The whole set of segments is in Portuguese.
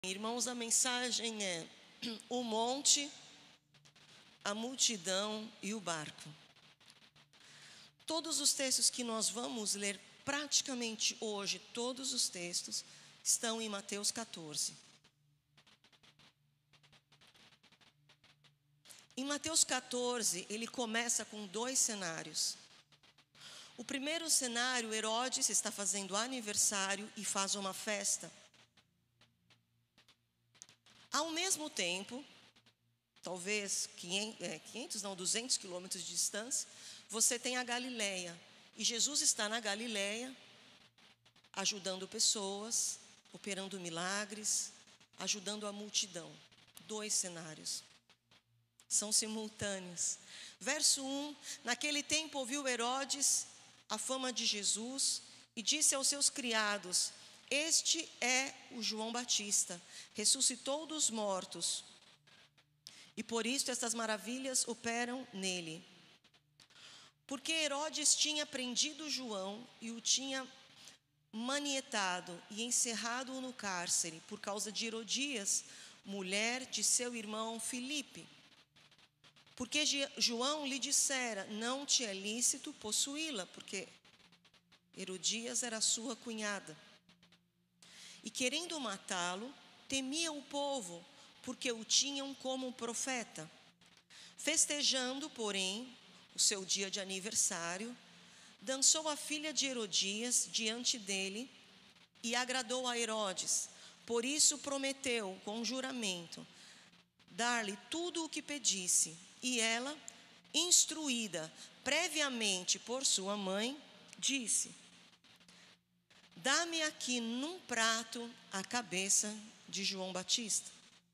Irmãos, a mensagem é o monte, a multidão e o barco. Todos os textos que nós vamos ler, praticamente hoje, todos os textos, estão em Mateus 14. Em Mateus 14, ele começa com dois cenários. O primeiro cenário, Herodes está fazendo aniversário e faz uma festa. Ao mesmo tempo, talvez 200 quilômetros de distância, você tem a Galileia. E Jesus está na Galileia, ajudando pessoas, operando milagres, ajudando a multidão. Dois cenários. São simultâneos. Verso 1, naquele tempo ouviu Herodes a fama de Jesus e disse aos seus criados: este é o João Batista, ressuscitou dos mortos, e por isso estas maravilhas operam nele. Porque Herodes tinha prendido João e o tinha manietado e encerrado-o no cárcere por causa de Herodias, mulher de seu irmão Filipe. Porque João lhe dissera: não te é lícito possuí-la, porque Herodias era sua cunhada. E querendo matá-lo, temia o povo, porque o tinham como profeta. Festejando, porém, o seu dia de aniversário, dançou a filha de Herodias diante dele e agradou a Herodes. Por isso prometeu, com juramento, dar-lhe tudo o que pedisse. E ela, instruída previamente por sua mãe, disse: dá-me aqui num prato a cabeça de João Batista.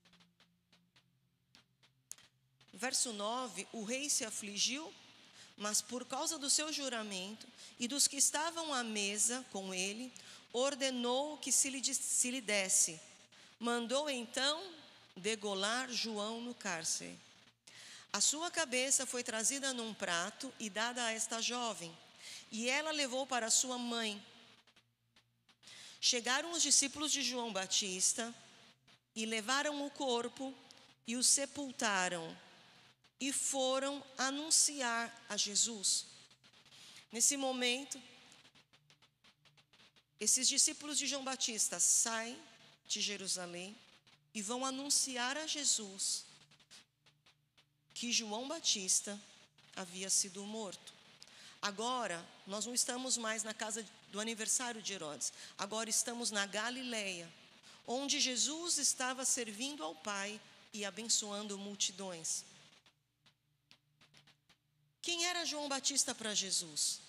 Verso 9, o rei se afligiu, mas por causa do seu juramento e dos que estavam à mesa com ele, ordenou que se lhe desse. Mandou então degolar João no cárcere. A sua cabeça foi trazida num prato e dada a esta jovem, e ela levou para sua mãe. Chegaram os discípulos de João Batista e levaram o corpo e o sepultaram e foram anunciar a Jesus. Nesse momento, esses discípulos de João Batista saem de Jerusalém e vão anunciar a Jesus que João Batista havia sido morto. Agora, nós não estamos mais na casa do aniversário de Herodes. Agora estamos na Galileia, onde Jesus estava servindo ao Pai e abençoando multidões. Quem era João Batista para Jesus?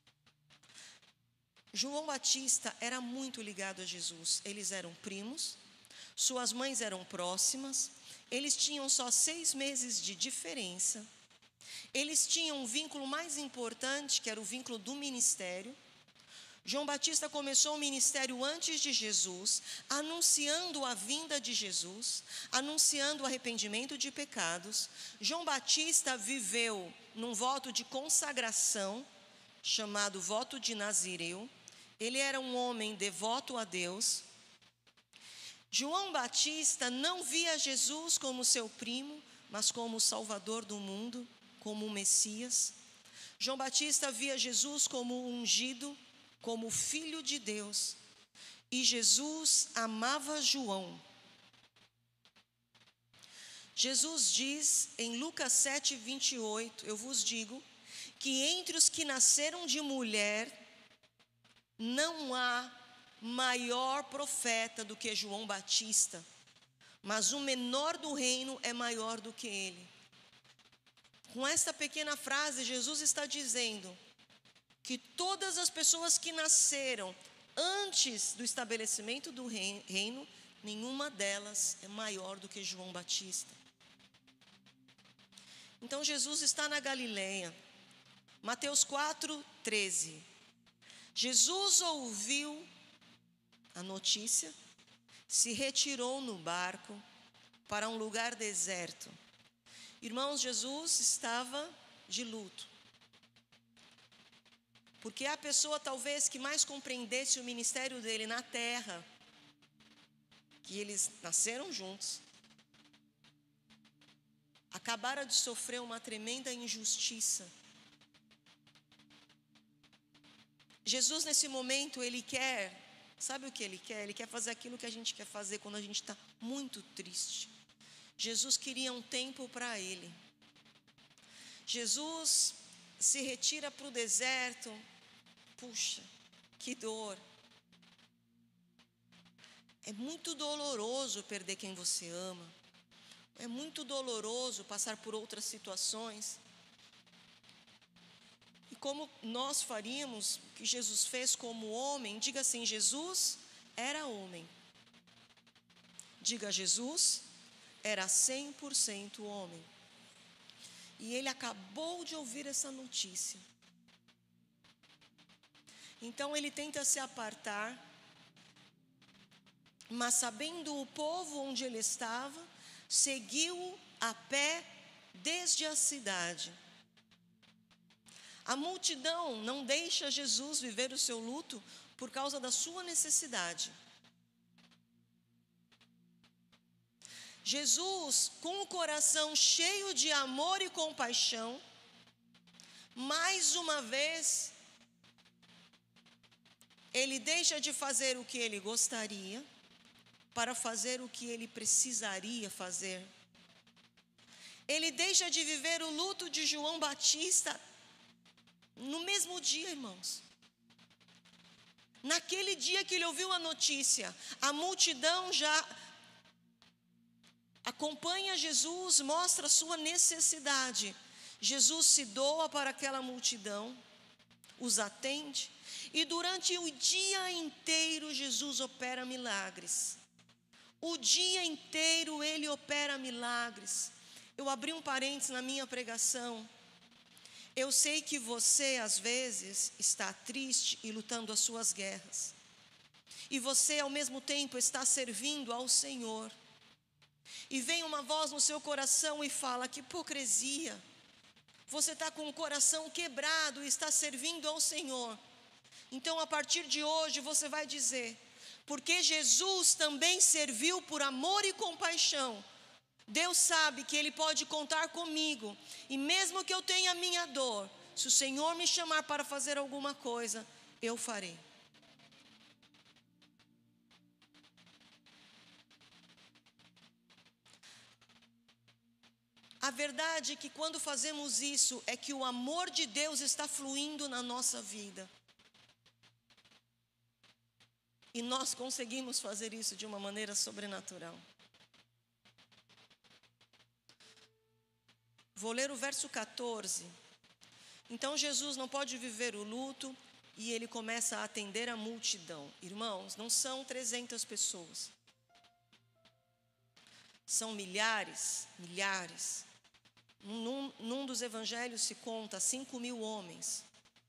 João Batista era muito ligado a Jesus. Eles eram primos, suas mães eram próximas, eles tinham só 6 meses de diferença. Eles tinham um vínculo mais importante, que era o vínculo do ministério. João Batista começou o ministério antes de Jesus, anunciando a vinda de Jesus, anunciando o arrependimento de pecados. João Batista viveu num voto de consagração, chamado voto de Nazireu. Ele era um homem devoto a Deus. João Batista não via Jesus como seu primo, mas como o Salvador do mundo, como o Messias. João Batista via Jesus como ungido, como Filho de Deus. E Jesus amava João. Jesus diz em Lucas 7, 28, eu vos digo, que entre os que nasceram de mulher, não há maior profeta do que João Batista, mas o menor do reino é maior do que ele. Com esta pequena frase, Jesus está dizendo que todas as pessoas que nasceram antes do estabelecimento do reino, nenhuma delas é maior do que João Batista. Então Jesus está na Galileia. Mateus 4, 13. Jesus ouviu a notícia, se retirou no barco para um lugar deserto. Irmãos, Jesus estava de luto. Porque a pessoa talvez que mais compreendesse o ministério dele na terra, que eles nasceram juntos, acabaram de sofrer uma tremenda injustiça. Jesus, nesse momento, ele quer, sabe o que ele quer? Ele quer fazer aquilo que a gente quer fazer quando a gente está muito triste. Jesus queria um tempo para ele. Jesus se retira para o deserto. Puxa, que dor. É muito doloroso perder quem você ama. É muito doloroso passar por outras situações. E como nós faríamos o que Jesus fez como homem? Diga assim: Jesus era homem. Diga: Jesus era 100% homem. E ele acabou de ouvir essa notícia. Então ele tenta se apartar, mas sabendo o povo onde ele estava, seguiu a pé desde a cidade. A multidão não deixa Jesus viver o seu luto por causa da sua necessidade. Jesus, com o coração cheio de amor e compaixão, mais uma vez, ele deixa de fazer o que ele gostaria para fazer o que ele precisaria fazer. Ele deixa de viver o luto de João Batista no mesmo dia, irmãos. Naquele dia que ele ouviu a notícia, a multidão já acompanha Jesus, mostra a sua necessidade. Jesus se doa para aquela multidão, os atende, e durante o dia inteiro Jesus opera milagres. O dia inteiro ele opera milagres. Eu abri um parênteses na minha pregação. Eu sei que você às vezes está triste e lutando as suas guerras. E você ao mesmo tempo está servindo ao Senhor. E vem uma voz no seu coração e fala: que hipocrisia. Você está com o coração quebrado e está servindo ao Senhor. Então a partir de hoje você vai dizer: porque Jesus também serviu por amor e compaixão, Deus sabe que Ele pode contar comigo. E mesmo que eu tenha minha dor, se o Senhor me chamar para fazer alguma coisa, eu farei. A verdade é que quando fazemos isso, é que o amor de Deus está fluindo na nossa vida. E nós conseguimos fazer isso de uma maneira sobrenatural. Vou ler o verso 14. Então Jesus não pode viver o luto e ele começa a atender a multidão. Irmãos, não são 300 pessoas. São milhares. Num dos evangelhos se conta 5.000 homens.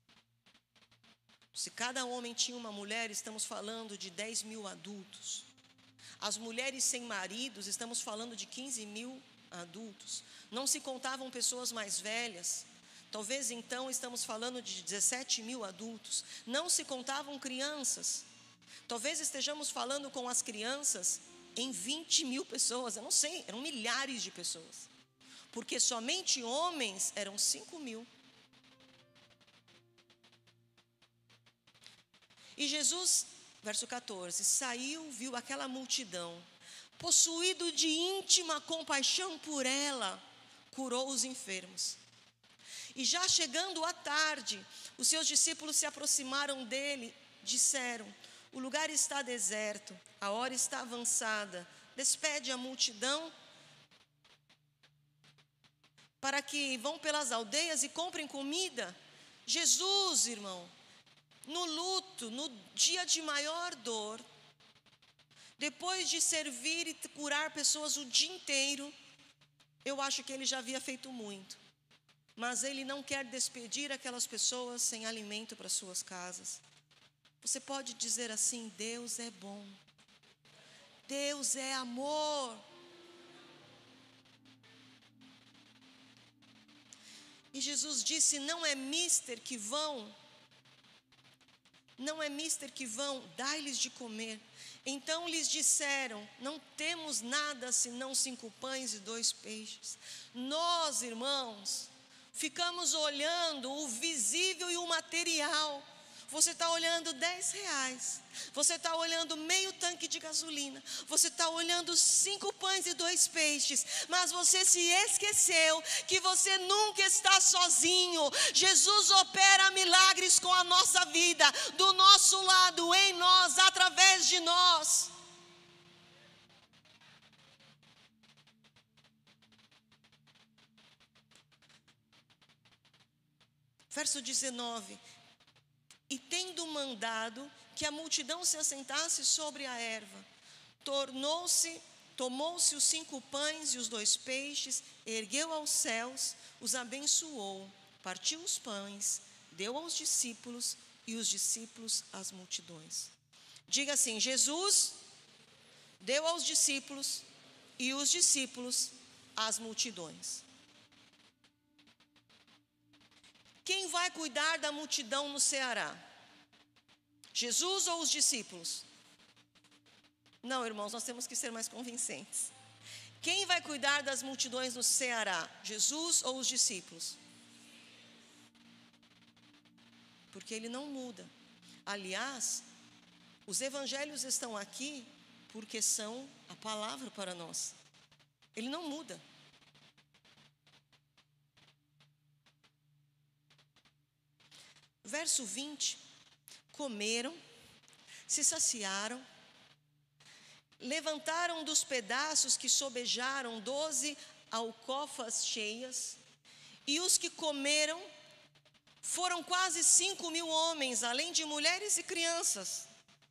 Se cada homem tinha uma mulher, estamos falando de 10.000 adultos. As mulheres sem maridos, estamos falando de 15.000 adultos. Não se contavam pessoas mais velhas. Talvez então estamos falando de 17.000 adultos. Não se contavam crianças. Talvez estejamos falando com as crianças em 20.000 pessoas. Eu não sei, eram milhares de pessoas. Porque somente homens eram 5.000. E Jesus, verso 14, saiu, viu aquela multidão, possuído de íntima compaixão por ela, curou os enfermos. E já chegando à tarde, os seus discípulos se aproximaram dele, disseram: o lugar está deserto, a hora está avançada, despede a multidão para que vão pelas aldeias e comprem comida. Jesus, irmão, no luto, no dia de maior dor, depois de servir e curar pessoas o dia inteiro, eu acho que ele já havia feito muito. Mas ele não quer despedir aquelas pessoas sem alimento para suas casas. Você pode dizer assim: Deus é bom. Deus é amor. E Jesus disse: não é mister que vão Não é mister que vão, dai-lhes de comer. Então lhes disseram, não temos nada senão 5 pães e 2 peixes. Nós, irmãos, ficamos olhando o visível e o material. Você está olhando R$10, você está olhando meio tanque de gasolina, você está olhando 5 pães e 2 peixes, mas você se esqueceu que você nunca está sozinho. Jesus opera milagres com a nossa vida, do nosso lado, em nós, através de nós. Verso 19. E tendo mandado que a multidão se assentasse sobre a erva, tomou-se os 5 pães e os 2 peixes, ergueu aos céus, os abençoou, partiu os pães, deu aos discípulos e os discípulos às multidões. Diga assim: Jesus deu aos discípulos e os discípulos às multidões. Quem vai cuidar da multidão no Ceará? Jesus ou os discípulos? Não, irmãos, nós temos que ser mais convincentes. Quem vai cuidar das multidões no Ceará? Jesus ou os discípulos? Porque ele não muda. Aliás, os evangelhos estão aqui porque são a palavra para nós. Ele não muda. Verso 20, comeram, se saciaram, levantaram dos pedaços que sobejaram 12 alcofas cheias, e os que comeram foram quase 5.000 homens, além de mulheres e crianças.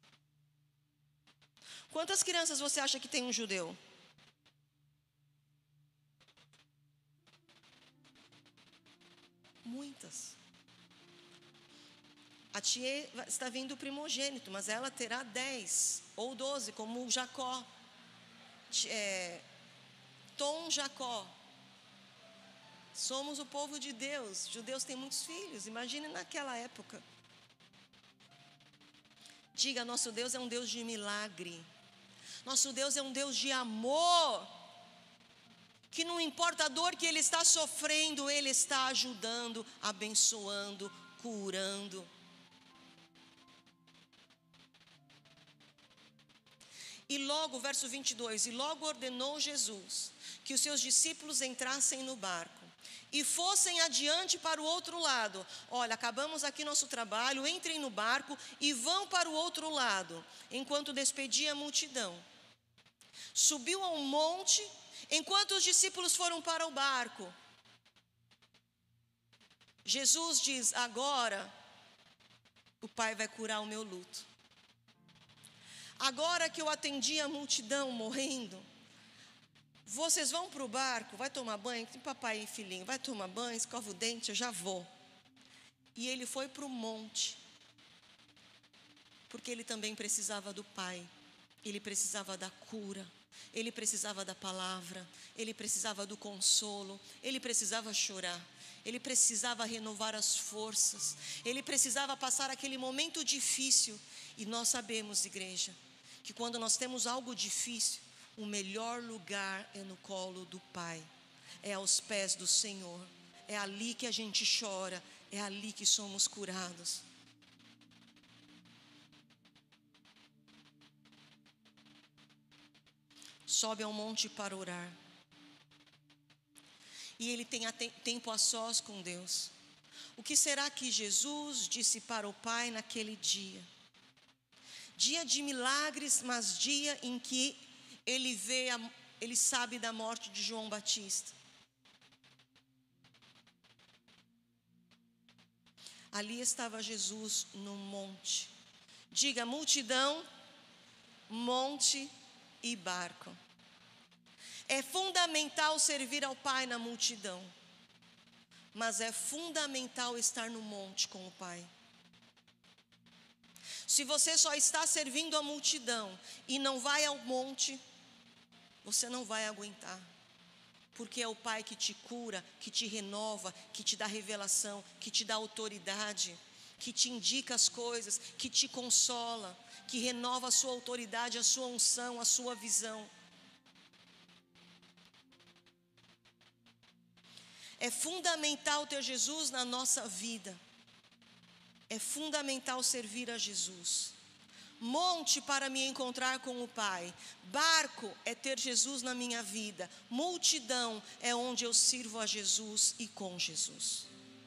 Quantas crianças você acha que tem um judeu? Muitas. A Tia está vindo primogênito, mas ela terá 10 ou 12, como Jacó. Tom Jacó. Somos o povo de Deus. Judeus têm muitos filhos. Imagine naquela época. Diga: nosso Deus é um Deus de milagre. Nosso Deus é um Deus de amor. Que não importa a dor que ele está sofrendo, ele está ajudando, abençoando, curando. E logo, verso 22, e logo ordenou Jesus que os seus discípulos entrassem no barco e fossem adiante para o outro lado. Olha, acabamos aqui nosso trabalho, entrem no barco e vão para o outro lado, enquanto despedia a multidão. Subiu ao monte, enquanto os discípulos foram para o barco. Jesus diz: agora o Pai vai curar o meu luto. Agora que eu atendi a multidão morrendo, vocês vão para o barco, vai tomar banho, tem papai e filhinho, vai tomar banho, escova o dente, eu já vou. E ele foi para o monte, porque ele também precisava do Pai, ele precisava da cura, ele precisava da palavra, ele precisava do consolo, ele precisava chorar, ele precisava renovar as forças, ele precisava passar aquele momento difícil. E nós sabemos, igreja, que quando nós temos algo difícil, o melhor lugar é no colo do Pai, é aos pés do Senhor, é ali que a gente chora, é ali que somos curados. Sobe ao monte para orar, e ele tem tempo a sós com Deus. O que será que Jesus disse para o Pai naquele dia? Dia de milagres, mas dia em que ele sabe da morte de João Batista. Ali estava Jesus no monte. Diga: multidão, monte e barco. É fundamental servir ao Pai na multidão, mas é fundamental estar no monte com o Pai. Se você só está servindo a multidão e não vai ao monte, você não vai aguentar. Porque é o Pai que te cura, que te renova, que te dá revelação, que te dá autoridade. que te indica as coisas, que te consola, que renova a sua autoridade, a sua unção, a sua visão. É fundamental ter Jesus na nossa vida. É fundamental servir a Jesus. Monte para me encontrar com o Pai. Barco é ter Jesus na minha vida. Multidão é onde eu sirvo a Jesus e com Jesus.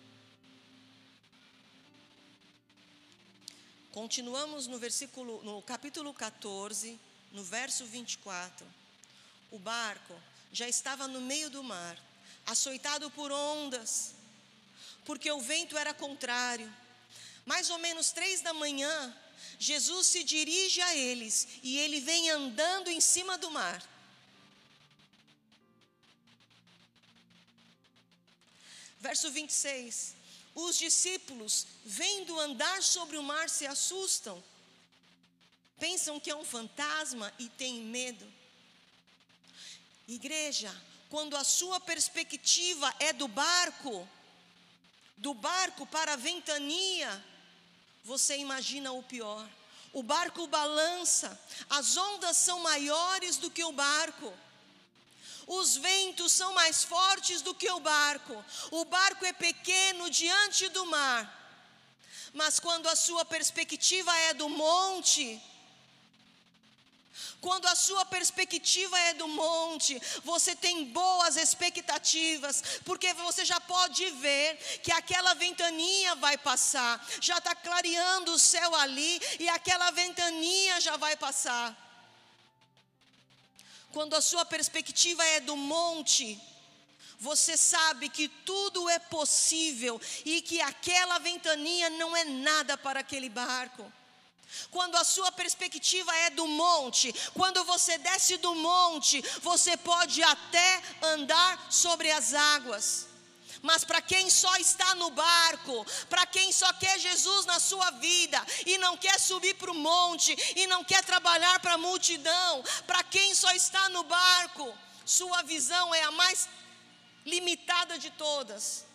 Continuamos no capítulo 14, no verso 24. O barco já estava no meio do mar, açoitado por ondas, porque o vento era contrário. Mais ou menos 3 da manhã, Jesus se dirige a eles e ele vem andando em cima do mar. Verso 26. Os discípulos, vendo andar sobre o mar, se assustam. Pensam que é um fantasma e têm medo. Igreja, quando a sua perspectiva é do barco para a ventania, você imagina o pior. O barco balança, as ondas são maiores do que o barco. Os ventos são mais fortes do que o barco é pequeno diante do mar. Mas quando a sua perspectiva é do monte, você tem boas expectativas, porque você já pode ver que aquela ventania vai passar, já está clareando o céu ali, e aquela ventania já vai passar. Quando a sua perspectiva é do monte, você sabe que tudo é possível e que aquela ventania não é nada para aquele barco. Quando a sua perspectiva é do monte, quando você desce do monte, você pode até andar sobre as águas. Mas para quem só está no barco, para quem só quer Jesus na sua vida e não quer subir para o monte e não quer trabalhar para a multidão, para quem só está no barco, sua visão é a mais limitada de todas.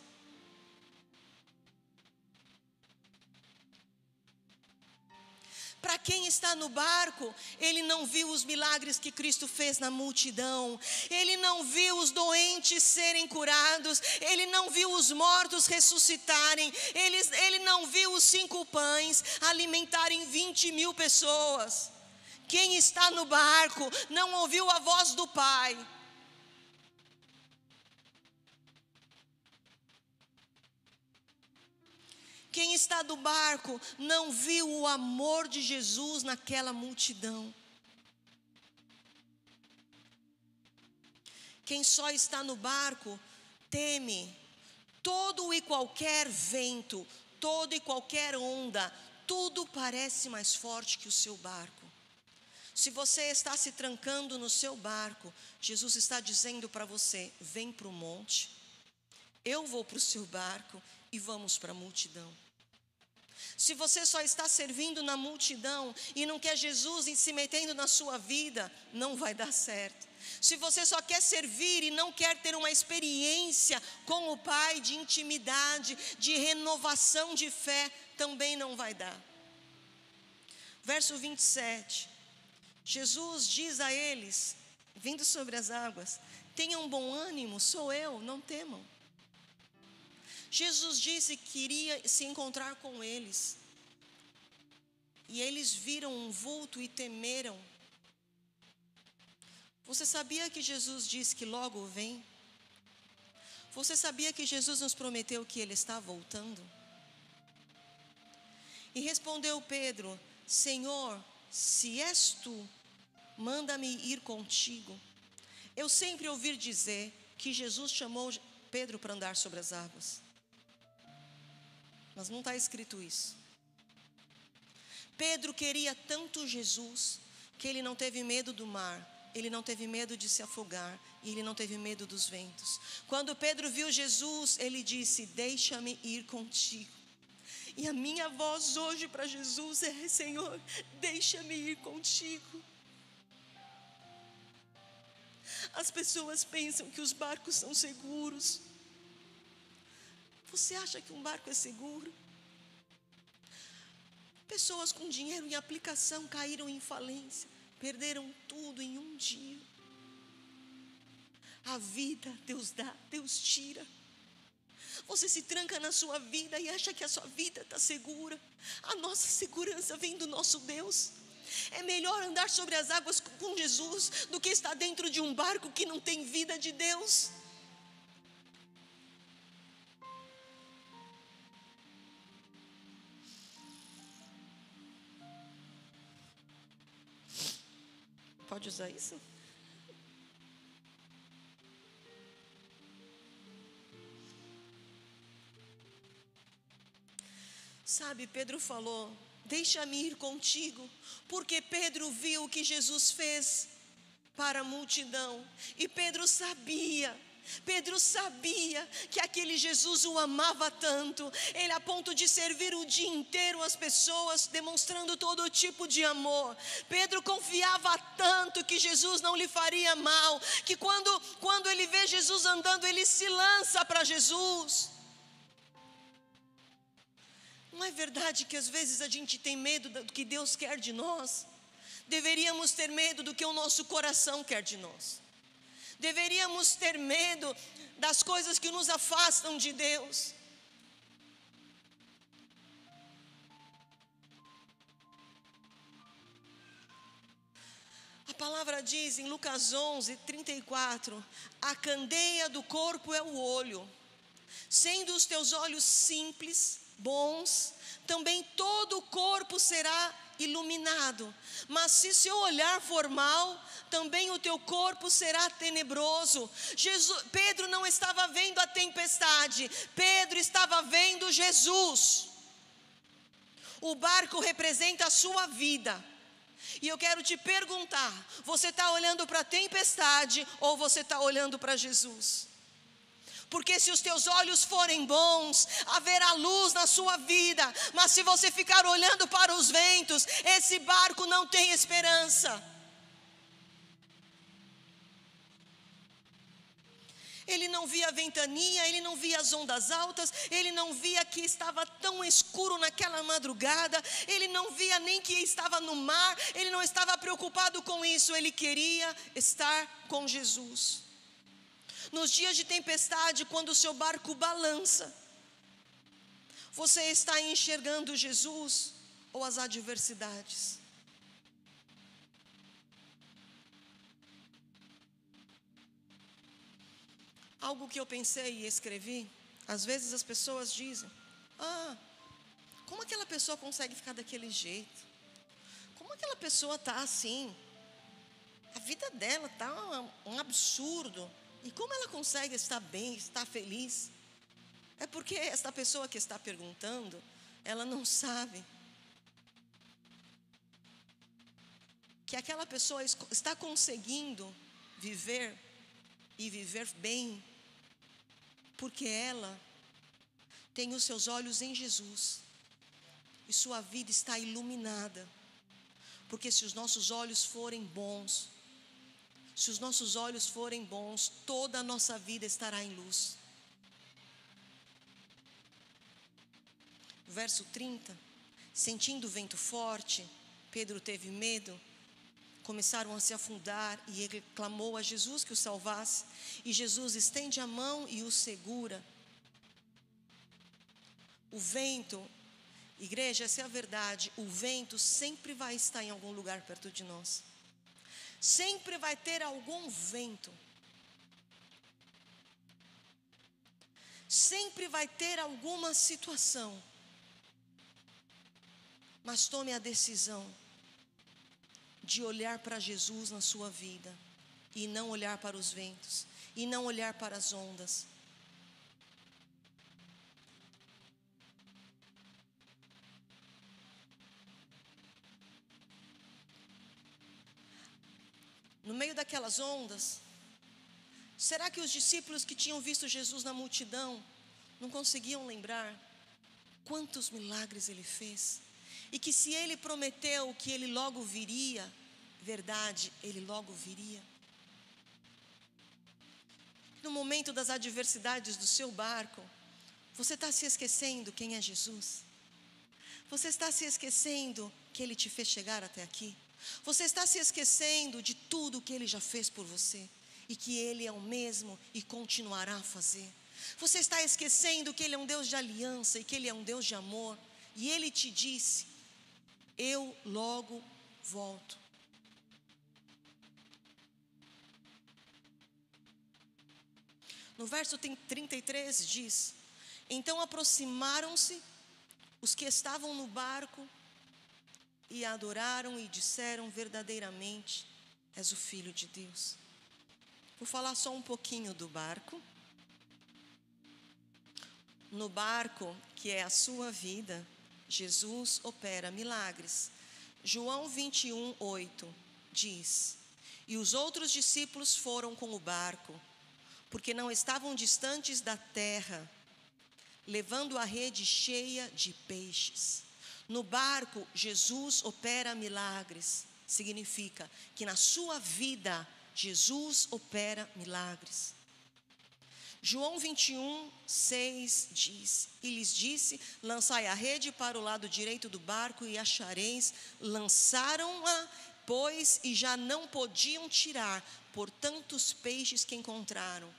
Para quem está no barco, ele não viu os milagres que Cristo fez na multidão, ele não viu os doentes serem curados, ele não viu os mortos ressuscitarem, ele não viu os 5 pães alimentarem 20.000 pessoas. Quem está no barco não ouviu a voz do Pai. Quem está do barco não viu o amor de Jesus naquela multidão. Quem só está no barco teme todo e qualquer vento, toda e qualquer onda, tudo parece mais forte que o seu barco. Se você está se trancando no seu barco, Jesus está dizendo para você: vem para o monte, eu vou para o seu barco e vamos para a multidão. Se você só está servindo na multidão e não quer Jesus se metendo na sua vida, não vai dar certo. Se você só quer servir e não quer ter uma experiência com o Pai de intimidade, de renovação de fé, também não vai dar. Verso 27, Jesus diz a eles, vindo sobre as águas: tenham bom ânimo, sou eu, não temam. Jesus disse que iria se encontrar com eles. E eles viram um vulto e temeram. Você sabia que Jesus disse que logo vem? Você sabia que Jesus nos prometeu que Ele está voltando? E respondeu Pedro: Senhor, se és tu, manda-me ir contigo. Eu sempre ouvi dizer que Jesus chamou Pedro para andar sobre as águas. Mas não está escrito isso. Pedro queria tanto Jesus que ele não teve medo do mar, ele não teve medo de se afogar e ele não teve medo dos ventos. Quando Pedro viu Jesus, ele disse: deixa-me ir contigo. E a minha voz hoje para Jesus é: Senhor, deixa-me ir contigo. As pessoas pensam que os barcos são seguros. Você acha que um barco é seguro? Pessoas com dinheiro em aplicação caíram em falência, perderam tudo em um dia. A vida Deus dá, Deus tira. Você se tranca na sua vida e acha que a sua vida está segura. A nossa segurança vem do nosso Deus. É melhor andar sobre as águas com Jesus do que estar dentro de um barco que não tem vida de Deus. Pode usar isso? Sabe, Pedro falou: deixa-me ir contigo, porque Pedro viu o que Jesus fez para a multidão, e Pedro sabia que aquele Jesus o amava tanto, ele a ponto de servir o dia inteiro as pessoas, demonstrando todo tipo de amor. Pedro confiava tanto que Jesus não lhe faria mal, que quando ele vê Jesus andando, ele se lança para Jesus. Não é verdade que às vezes a gente tem medo do que Deus quer de nós? Deveríamos ter medo do que o nosso coração quer de nós. Deveríamos ter medo das coisas que nos afastam de Deus. A palavra diz em Lucas 11:34: a candeia do corpo é o olho. Sendo os teus olhos simples, bons, também todo o corpo será iluminado. Mas se seu olhar for mau, também o teu corpo será tenebroso. Pedro não estava vendo a tempestade, Pedro estava vendo Jesus. O barco representa a sua vida. E eu quero te perguntar: você está olhando para a tempestade ou você está olhando para Jesus? Porque se os teus olhos forem bons, haverá luz na sua vida. Mas se você ficar olhando para os ventos, esse barco não tem esperança. Ele não via a ventania, ele não via as ondas altas, ele não via que estava tão escuro naquela madrugada, ele não via nem que estava no mar, ele não estava preocupado com isso, ele queria estar com Jesus. Nos dias de tempestade, quando o seu barco balança, você está enxergando Jesus ou as adversidades? Algo que eu pensei e escrevi: às vezes as pessoas dizem: como aquela pessoa consegue ficar daquele jeito? Como aquela pessoa está assim? A vida dela está um absurdo. E como ela consegue estar bem, estar feliz? É porque esta pessoa que está perguntando, ela não sabe que aquela pessoa está conseguindo viver e viver bem, porque ela tem os seus olhos em Jesus e sua vida está iluminada. Porque se os nossos olhos forem bons, se os nossos olhos forem bons, toda a nossa vida estará em luz. Verso 30, sentindo o vento forte, Pedro teve medo, começaram a se afundar e ele clamou a Jesus que o salvasse. E Jesus estende a mão e o segura. O vento, igreja, essa é a verdade, o vento sempre vai estar em algum lugar perto de nós. Sempre vai ter algum vento. Sempre vai ter alguma situação. Mas tome a decisão de olhar para Jesus na sua vida e não olhar para os ventos e não olhar para as ondas. No meio daquelas ondas, será que os discípulos que tinham visto Jesus na multidão não conseguiam lembrar quantos milagres ele fez? E que se ele prometeu que ele logo viria, verdade, ele logo viria. No momento das adversidades do seu barco, você está se esquecendo quem é Jesus? Você está se esquecendo que Ele te fez chegar até aqui? Você está se esquecendo de tudo que Ele já fez por você? E que Ele é o mesmo e continuará a fazer? Você está esquecendo que Ele é um Deus de aliança e que Ele é um Deus de amor? E Ele te disse: eu logo volto. No verso 33 diz: então aproximaram-se os que estavam no barco e adoraram e disseram: verdadeiramente és o Filho de Deus. Vou falar só um pouquinho do barco. No barco, que é a sua vida, Jesus opera milagres. João 21:8 diz: e os outros discípulos foram com o barco, porque não estavam distantes da terra, levando a rede cheia de peixes. No barco, Jesus opera milagres. Significa que na sua vida, Jesus opera milagres. João 21:6 diz: e lhes disse: lançai a rede para o lado direito do barco e achareis. Lançaram-a, pois, e já não podiam tirar, por tantos peixes que encontraram.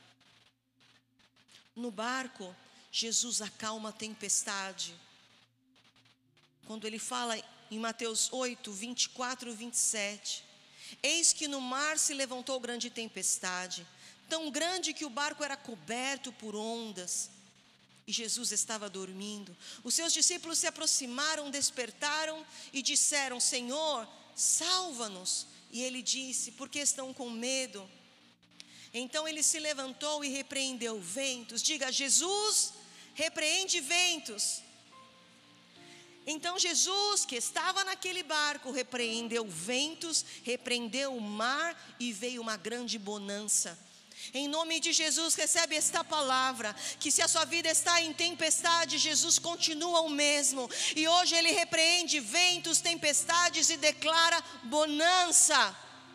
No barco, Jesus acalma a tempestade. Quando ele fala em Mateus 8:24-27, eis que no mar se levantou grande tempestade, tão grande que o barco era coberto por ondas, e Jesus estava dormindo. Os seus discípulos se aproximaram, despertaram e disseram: Senhor, salva-nos. E ele disse: por que estão com medo? Então ele se levantou e repreendeu ventos. Diga: Jesus repreende ventos. Então Jesus, que estava naquele barco, repreendeu ventos, repreendeu o mar, e veio uma grande bonança. Em nome de Jesus, recebe esta palavra, que se a sua vida está em tempestade, Jesus continua o mesmo, e hoje Ele repreende ventos, tempestades e declara bonança.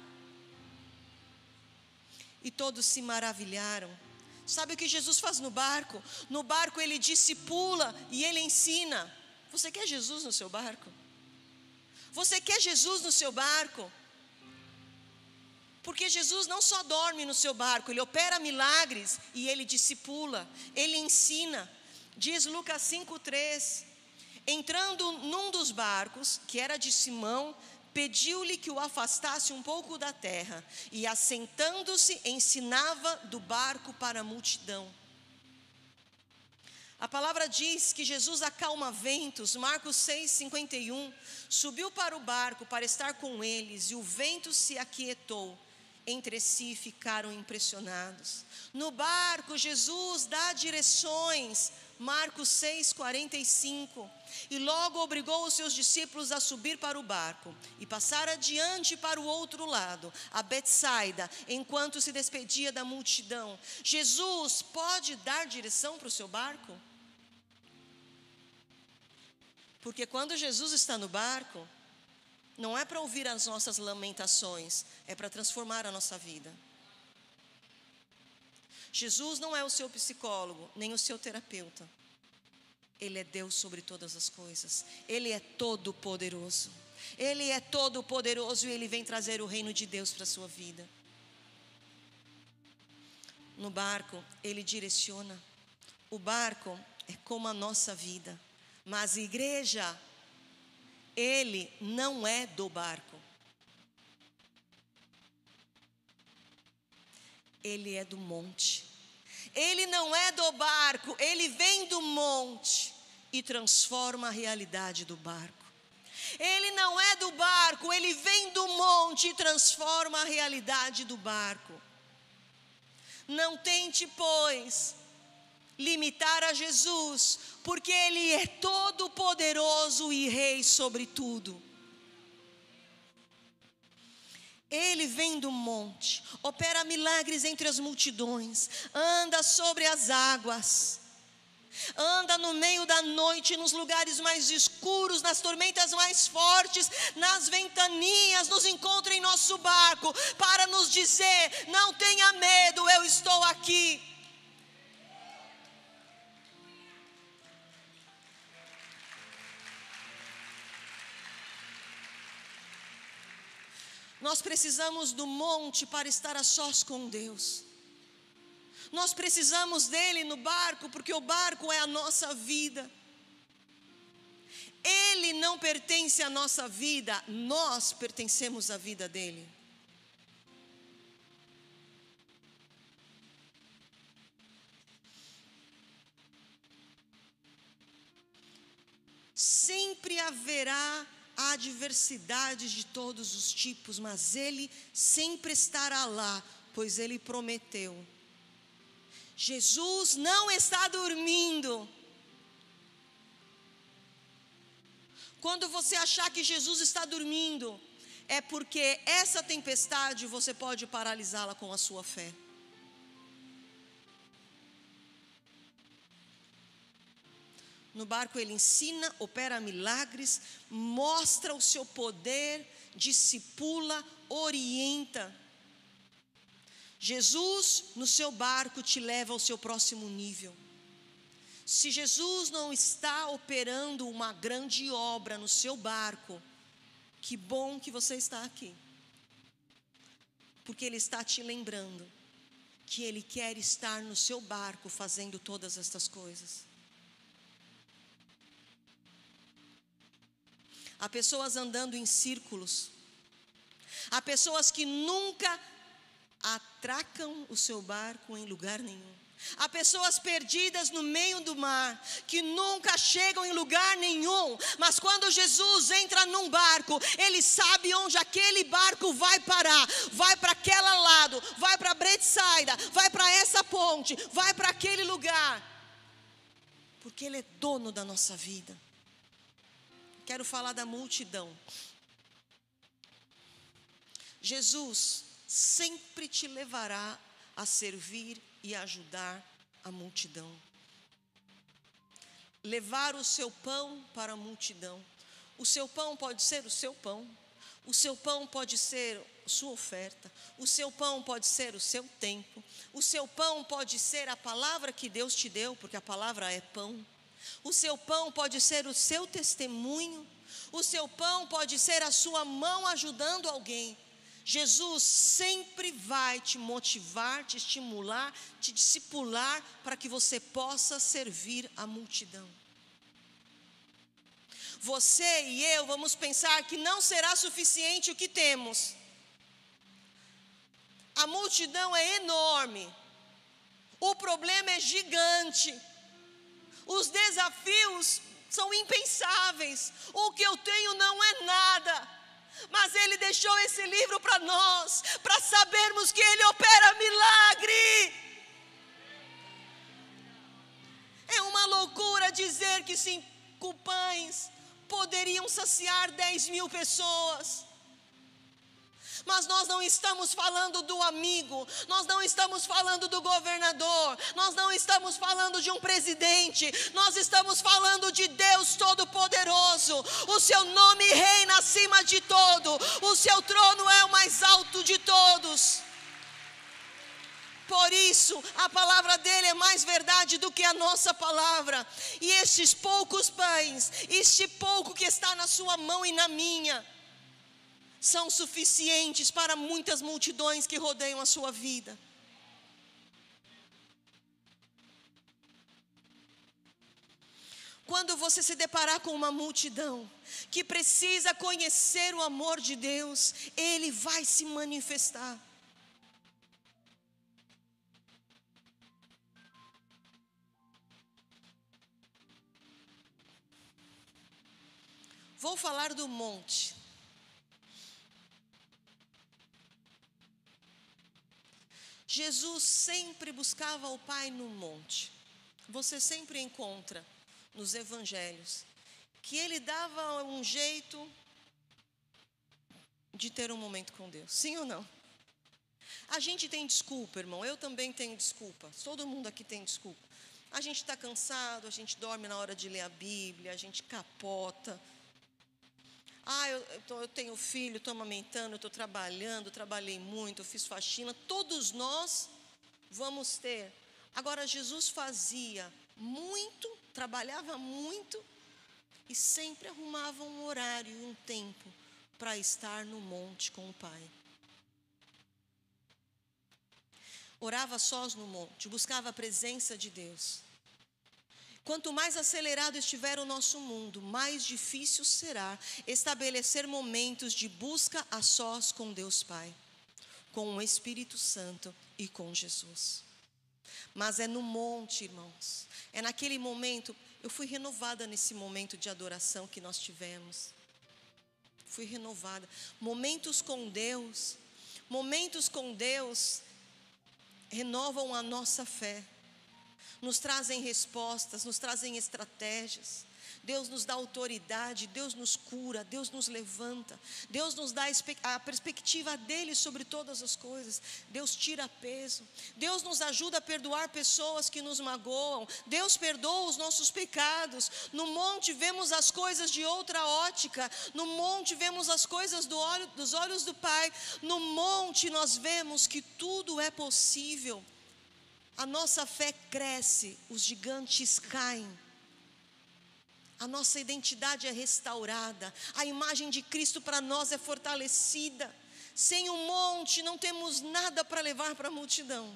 E todos se maravilharam. Sabe o que Jesus faz no barco? No barco Ele discipula e Ele ensina. Você quer Jesus no seu barco? Você quer Jesus no seu barco? Porque Jesus não só dorme no seu barco, Ele opera milagres e Ele discipula, Ele ensina. Diz Lucas 5:3, entrando num dos barcos, que era de Simão, pediu-lhe que o afastasse um pouco da terra, e assentando-se ensinava do barco para a multidão. A palavra diz que Jesus acalma ventos. Marcos 6:51, subiu para o barco para estar com eles, e o vento se aquietou. Entre si ficaram impressionados. No barco, Jesus dá direções. Marcos 6:45, e logo obrigou os seus discípulos a subir para o barco e passar adiante para o outro lado, a Betsaida, enquanto se despedia da multidão. Jesus pode dar direção para o seu barco? Porque quando Jesus está no barco, não é para ouvir as nossas lamentações, é para transformar a nossa vida. Jesus não é o seu psicólogo, nem o seu terapeuta. Ele é Deus sobre todas as coisas. Ele é todo poderoso. Ele é todo poderoso e Ele vem trazer o reino de Deus para a sua vida. No barco, Ele direciona. O barco é como a nossa vida. Mas a igreja, Ele não é do barco. Ele é do monte. Ele não é do barco, Ele vem do monte e transforma a realidade do barco. Ele não é do barco, Ele vem do monte e transforma a realidade do barco. Não tente, pois, limitar a Jesus, porque Ele é todo poderoso e rei sobre tudo. Ele vem do monte, opera milagres entre as multidões, anda sobre as águas, anda no meio da noite, nos lugares mais escuros, nas tormentas mais fortes, nas ventanias, nos encontra em nosso barco, para nos dizer: não tenha medo, eu estou aqui. Nós precisamos do monte para estar a sós com Deus. Nós precisamos dele no barco, porque o barco é a nossa vida. Ele não pertence à nossa vida, nós pertencemos à vida dele. Sempre haverá adversidades de todos os tipos, mas ele sempre estará lá, pois ele prometeu. Jesus não está dormindo. Quando você achar que Jesus está dormindo, é porque essa tempestade você pode paralisá-la com a sua fé. No barco ele ensina, opera milagres, mostra o seu poder, discipula, orienta. Jesus no seu barco te leva ao seu próximo nível. Se Jesus não está operando uma grande obra no seu barco, que bom que você está aqui. Porque ele está te lembrando que ele quer estar no seu barco fazendo todas estas coisas. Há pessoas andando em círculos. Há pessoas que nunca atracam o seu barco em lugar nenhum. Há pessoas perdidas no meio do mar, que nunca chegam em lugar nenhum. Mas quando Jesus entra num barco, ele sabe onde aquele barco vai parar. Vai para aquele lado, vai para Betsaida, vai para essa ponte, vai para aquele lugar. Porque ele é dono da nossa vida. Quero falar da multidão. Jesus sempre te levará a servir e ajudar a multidão. Levar o seu pão para a multidão. O seu pão pode ser o seu pão. O seu pão pode ser a sua oferta. O seu pão pode ser o seu tempo. O seu pão pode ser a palavra que Deus te deu, porque a palavra é pão. O seu pão pode ser o seu testemunho. O seu pão pode ser a sua mão ajudando alguém. Jesus sempre vai te motivar, te estimular, te discipular para que você possa servir a multidão. Você e eu vamos pensar que não será suficiente o que temos. A multidão é enorme. O problema é gigante. Os desafios são impensáveis. O que eu tenho não é nada. Mas ele deixou esse livro para nós, para sabermos que ele opera milagre. É uma loucura dizer que 5 pães poderiam saciar 10.000 pessoas. Mas nós não estamos falando do amigo, nós não estamos falando do governador, nós não estamos falando de um presidente, nós estamos falando de Deus Todo-Poderoso. O seu nome reina acima de todo, o seu trono é o mais alto de todos. Por isso, a palavra dele é mais verdade do que a nossa palavra. E estes poucos pães, este pouco que está na sua mão e na minha, são suficientes para muitas multidões que rodeiam a sua vida. Quando você se deparar com uma multidão que precisa conhecer o amor de Deus, ele vai se manifestar. Vou falar do monte. Jesus sempre buscava o Pai no monte. Você sempre encontra nos evangelhos que ele dava um jeito de ter um momento com Deus. Sim ou não? A gente tem desculpa, irmão. Eu também tenho desculpa. Todo mundo aqui tem desculpa. A gente está cansado, a gente dorme na hora de ler a Bíblia, a gente capota. Eu tenho filho, estou amamentando, estou trabalhando, trabalhei muito, eu fiz faxina. Todos nós vamos ter. Agora, Jesus fazia muito, trabalhava muito e sempre arrumava um horário e um tempo para estar no monte com o Pai. Orava sós no monte, buscava a presença de Deus. Quanto mais acelerado estiver o nosso mundo, mais difícil será estabelecer momentos de busca a sós com Deus Pai, com o Espírito Santo e com Jesus. Mas é no monte, irmãos, é naquele momento. Eu fui renovada nesse momento de adoração que nós tivemos. Fui renovada. Momentos com Deus renovam a nossa fé, nos trazem respostas, nos trazem estratégias. Deus nos dá autoridade, Deus nos cura, Deus nos levanta, Deus nos dá a perspectiva dele sobre todas as coisas. Deus tira peso, Deus nos ajuda a perdoar pessoas que nos magoam, Deus perdoa os nossos pecados. No monte vemos as coisas de outra ótica, no monte vemos as coisas dos olhos do Pai. No monte nós vemos que tudo é possível. A nossa fé cresce, os gigantes caem. A nossa identidade é restaurada, a imagem de Cristo para nós é fortalecida. Sem o monte não temos nada para levar para a multidão.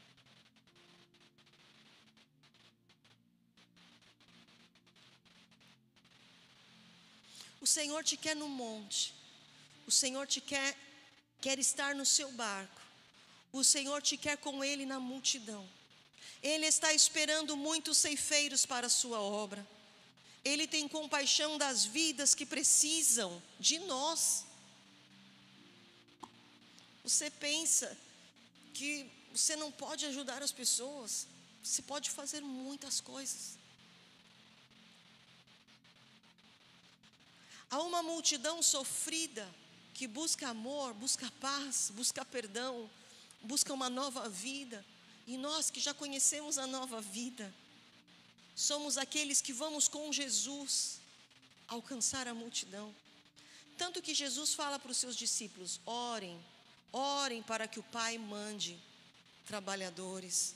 O Senhor te quer no monte, o Senhor te quer estar no seu barco, o Senhor te quer com Ele na multidão. Ele está esperando muitos ceifeiros para a sua obra. Ele tem compaixão das vidas que precisam de nós. Você pensa que você não pode ajudar as pessoas? Você pode fazer muitas coisas. Há uma multidão sofrida que busca amor, busca paz, busca perdão, busca uma nova vida. E nós que já conhecemos a nova vida, somos aqueles que vamos com Jesus alcançar a multidão. Tanto que Jesus fala para os seus discípulos: orem para que o Pai mande trabalhadores.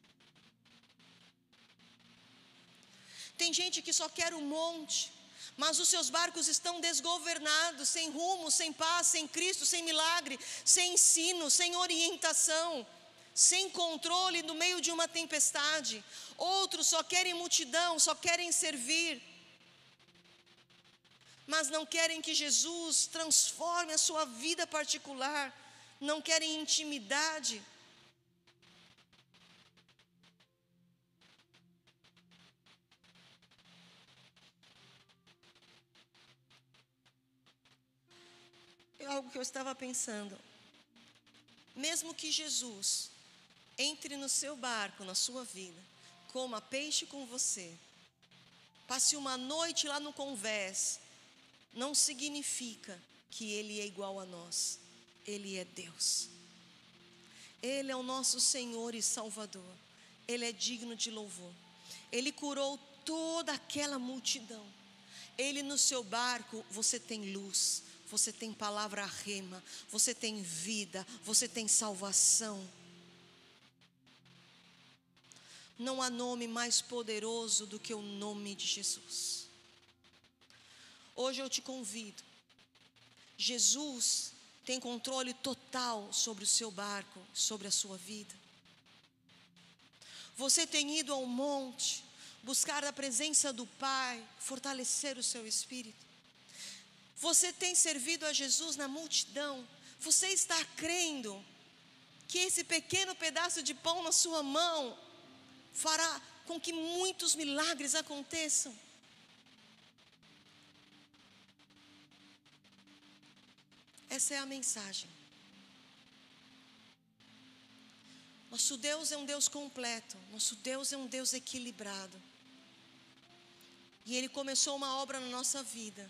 Tem gente que só quer o monte, mas os seus barcos estão desgovernados, sem rumo, sem paz, sem Cristo, sem milagre, sem ensino, sem orientação, sem controle no meio de uma tempestade. Outros só querem multidão, só querem servir, mas não querem que Jesus transforme a sua vida particular, não querem intimidade. É algo que eu estava pensando. Mesmo que Jesus entre no seu barco, na sua vida, coma peixe com você, passe uma noite lá no convés, não significa que Ele é igual a nós. Ele é Deus. Ele é o nosso Senhor e Salvador. Ele é digno de louvor. Ele curou toda aquela multidão. Ele no seu barco, você tem luz, você tem palavra rema, você tem vida, você tem salvação. Não há nome mais poderoso do que o nome de Jesus. Hoje eu te convido. Jesus tem controle total sobre o seu barco, sobre a sua vida. Você tem ido ao monte, buscar a presença do Pai, fortalecer o seu espírito. Você tem servido a Jesus na multidão. Você está crendo que esse pequeno pedaço de pão na sua mão fará com que muitos milagres aconteçam. Essa é a mensagem. Nosso Deus é um Deus completo. Nosso Deus é um Deus equilibrado. E Ele começou uma obra na nossa vida.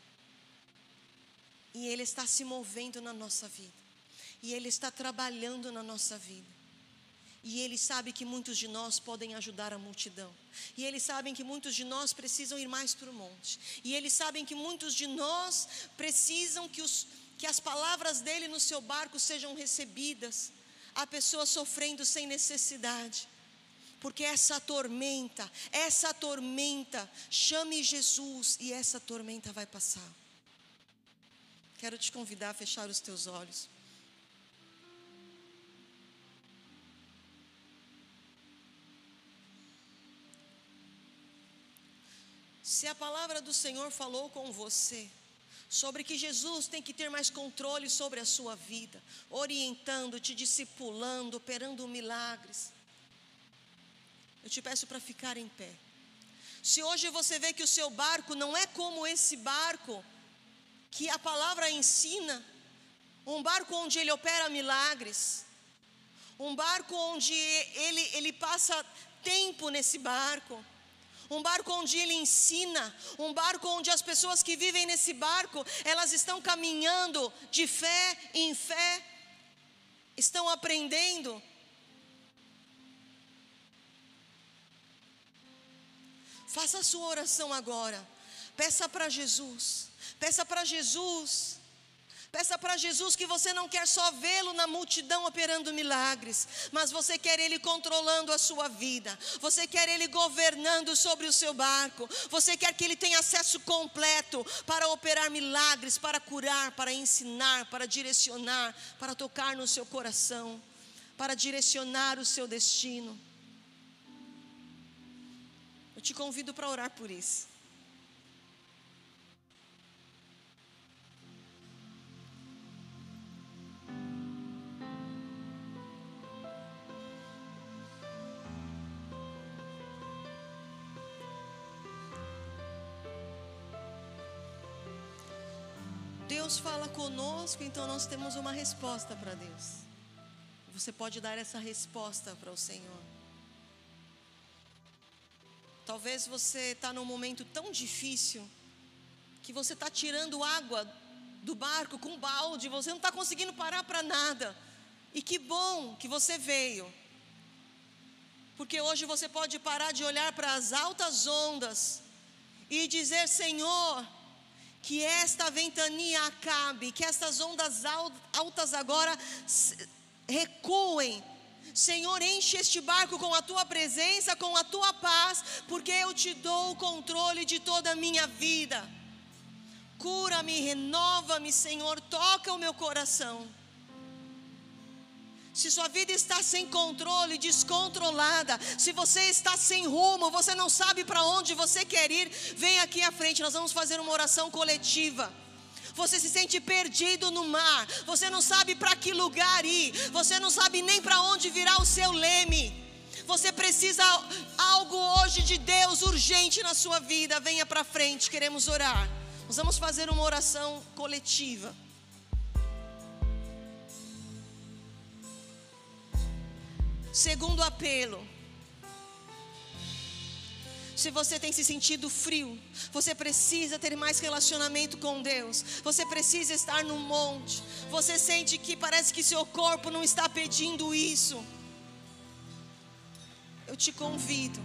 E Ele está se movendo na nossa vida. E Ele está trabalhando na nossa vida. E Ele sabe que muitos de nós podem ajudar a multidão. E Eles sabem que muitos de nós precisam ir mais para o monte. E Eles sabem que muitos de nós precisam que as palavras dEle no seu barco sejam recebidas. Há pessoas sofrendo sem necessidade. Porque essa tormenta, chame Jesus e essa tormenta vai passar. Quero te convidar a fechar os teus olhos. Se a palavra do Senhor falou com você sobre que Jesus tem que ter mais controle sobre a sua vida, orientando, te discipulando, operando milagres, eu te peço para ficar em pé. Se hoje você vê que o seu barco não é como esse barco que a palavra ensina, um barco onde ele opera milagres, um barco onde ele passa tempo nesse barco, um barco onde ele ensina, um barco onde as pessoas que vivem nesse barco, elas estão caminhando de fé em fé, estão aprendendo. Faça a sua oração agora. Peça para Jesus. Peça para Jesus. Peça para Jesus que você não quer só vê-lo na multidão operando milagres, mas você quer Ele controlando a sua vida. Você quer Ele governando sobre o seu barco. Você quer que Ele tenha acesso completo para operar milagres, para curar, para ensinar, para direcionar, para tocar no seu coração, para direcionar o seu destino. Eu te convido para orar por isso. Deus fala conosco, então nós temos uma resposta para Deus. Você pode dar essa resposta para o Senhor. Talvez você está num momento tão difícil que você está tirando água do barco com balde, você não está conseguindo parar para nada. E que bom que você veio, porque hoje você pode parar de olhar para as altas ondas e dizer: Senhor, que esta ventania acabe, que estas ondas altas agora recuem. Senhor, enche este barco com a Tua presença, com a Tua paz, porque eu te dou o controle de toda a minha vida. Cura-me, renova-me, Senhor, toca o meu coração. Se sua vida está sem controle, descontrolada, se você está sem rumo, você não sabe para onde você quer ir, vem aqui à frente, nós vamos fazer uma oração coletiva. Você se sente perdido no mar, você não sabe para que lugar ir, você não sabe nem para onde virar o seu leme. Você precisa algo hoje de Deus urgente na sua vida. Venha para frente, queremos orar. Nós vamos fazer uma oração coletiva. Segundo apelo. Se você tem se sentido frio, você precisa ter mais relacionamento com Deus. Você precisa estar no monte. Você sente que parece que seu corpo não está pedindo isso. Eu te convido.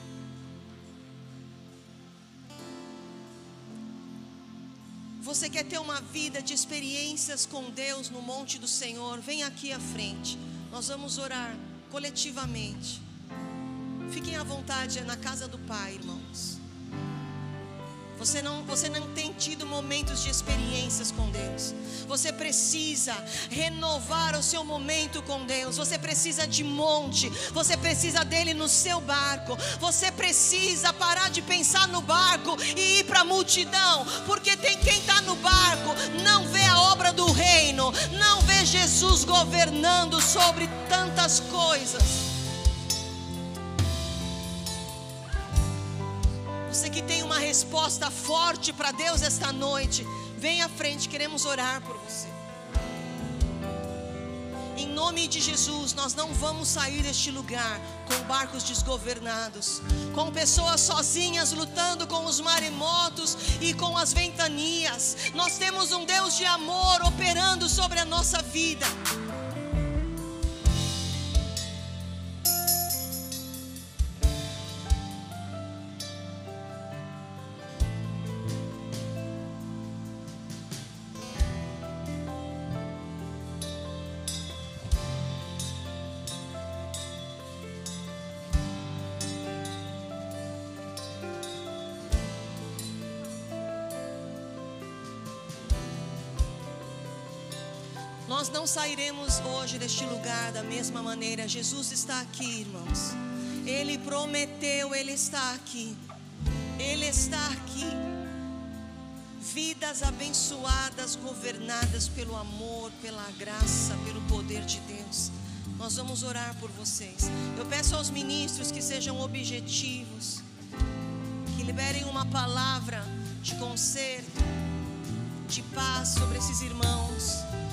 Você quer ter uma vida de experiências com Deus no monte do Senhor? Vem aqui à frente. Nós vamos orar coletivamente. Fiquem à vontade, é na casa do Pai, irmãos. Você não tem tido momentos de experiências com Deus. Você precisa renovar o seu momento com Deus. Você precisa de monte. Você precisa dele no seu barco. Você precisa parar de pensar no barco e ir para a multidão. Porque tem quem está no barco, não vê a obra do reino, não vê Jesus governando sobre tantas coisas. Você que tem uma resposta forte para Deus esta noite, vem à frente, queremos orar por você. Em nome de Jesus, nós não vamos sair deste lugar com barcos desgovernados, com pessoas sozinhas lutando com os maremotos e com as ventanias. Nós temos um Deus de amor operando sobre a nossa vida. nós não sairemos hoje deste lugar da mesma maneira. Jesus está aqui, irmãos. Ele prometeu, Ele está aqui. Ele está aqui. Vidas abençoadas, governadas pelo amor, pela graça, pelo poder de Deus. Nós vamos orar por vocês. Eu peço aos ministros que sejam objetivos, que liberem uma palavra de conserto, de paz sobre esses irmãos.